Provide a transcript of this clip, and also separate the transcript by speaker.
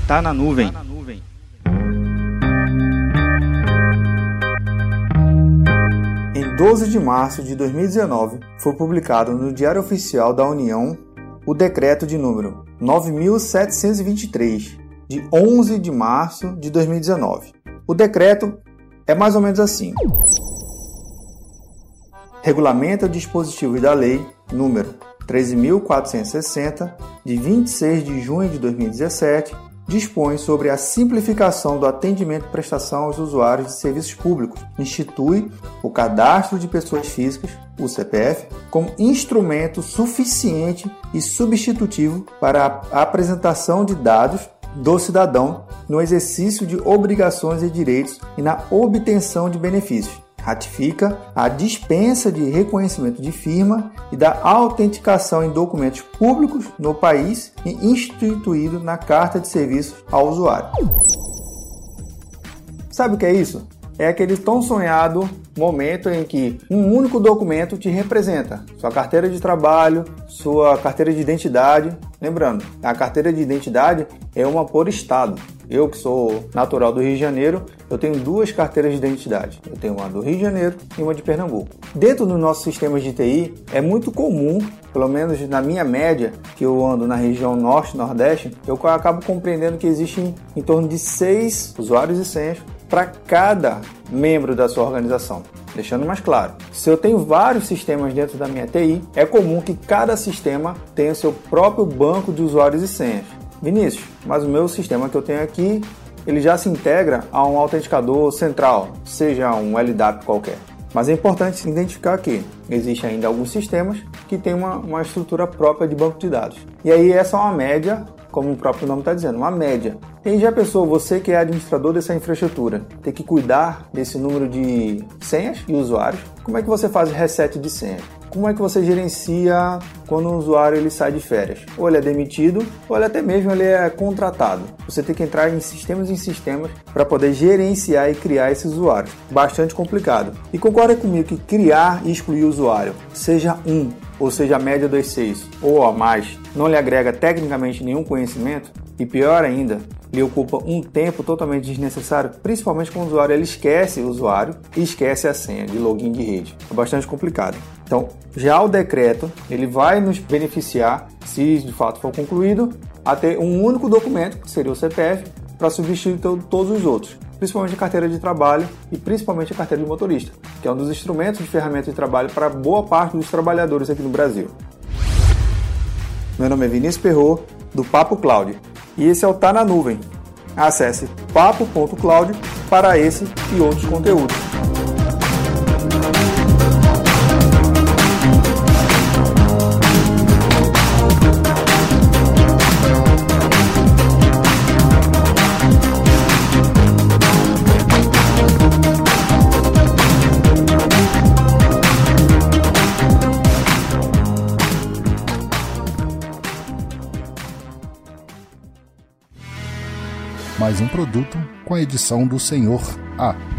Speaker 1: Tá na nuvem.
Speaker 2: Em 12 de março de 2019, foi publicado no Diário Oficial da União o decreto de número 9.723, de 11 de março de 2019. O decreto é mais ou menos assim. Regulamenta dispositivos da Lei número 13.460, de 26 de junho de 2017, dispõe sobre a simplificação do atendimento e prestação aos usuários de serviços públicos, institui o cadastro de pessoas físicas, o CPF, como instrumento suficiente e substitutivo para a apresentação de dados do cidadão no exercício de obrigações e direitos e na obtenção de benefícios. Ratifica a dispensa de reconhecimento de firma e da autenticação em documentos públicos no país e instituído na Carta de Serviços ao Usuário. Sabe o que é isso? É aquele tão sonhado momento em que um único documento te representa. Sua carteira de trabalho, sua carteira de identidade. Lembrando, a carteira de identidade é uma por estado. Eu, que sou natural do Rio de Janeiro, eu tenho duas carteiras de identidade. Eu tenho uma do Rio de Janeiro e uma de Pernambuco. Dentro dos nossos sistemas de TI, é muito comum, pelo menos na minha média, que eu ando na região norte e nordeste, eu acabo compreendendo que existem em torno de 6 usuários e senhas para cada membro da sua organização. Deixando mais claro, se eu tenho vários sistemas dentro da minha TI, é comum que cada sistema tenha o seu próprio banco de usuários e senhas. Vinícius, mas o meu sistema que eu tenho aqui, ele já se integra a um autenticador central, seja um LDAP qualquer. Mas é importante identificar que existem ainda alguns sistemas que têm uma estrutura própria de banco de dados. E aí essa é uma média, como o próprio nome está dizendo, uma média. E já pensou, você que é administrador dessa infraestrutura, ter que cuidar desse número de senhas e usuários? Como é que você faz reset de senha? Como é que você gerencia quando o usuário ele sai de férias? Ou ele é demitido, ou ele até mesmo ele é contratado. Você tem que entrar em sistemas para poder gerenciar e criar esses usuários. Bastante complicado. E concorda comigo que criar e excluir o usuário, seja um, ou seja a média dos 6, ou a mais, não lhe agrega tecnicamente nenhum conhecimento? E pior ainda, lhe ocupa um tempo totalmente desnecessário, principalmente quando o usuário ele esquece o usuário e esquece a senha de login de rede. É bastante complicado. Então, já o decreto, ele vai nos beneficiar, se de fato for concluído, a ter um único documento, que seria o CPF, para substituir todos os outros, principalmente a carteira de trabalho e principalmente a carteira de motorista, que é um dos instrumentos de ferramenta de trabalho para boa parte dos trabalhadores aqui no Brasil. Meu nome é Vinícius Perrot, do Papo Cloud. E esse é o Tá na Nuvem. Acesse papo.cloud para esse e outros conteúdos.
Speaker 3: Mais um produto com a edição do Senhor A.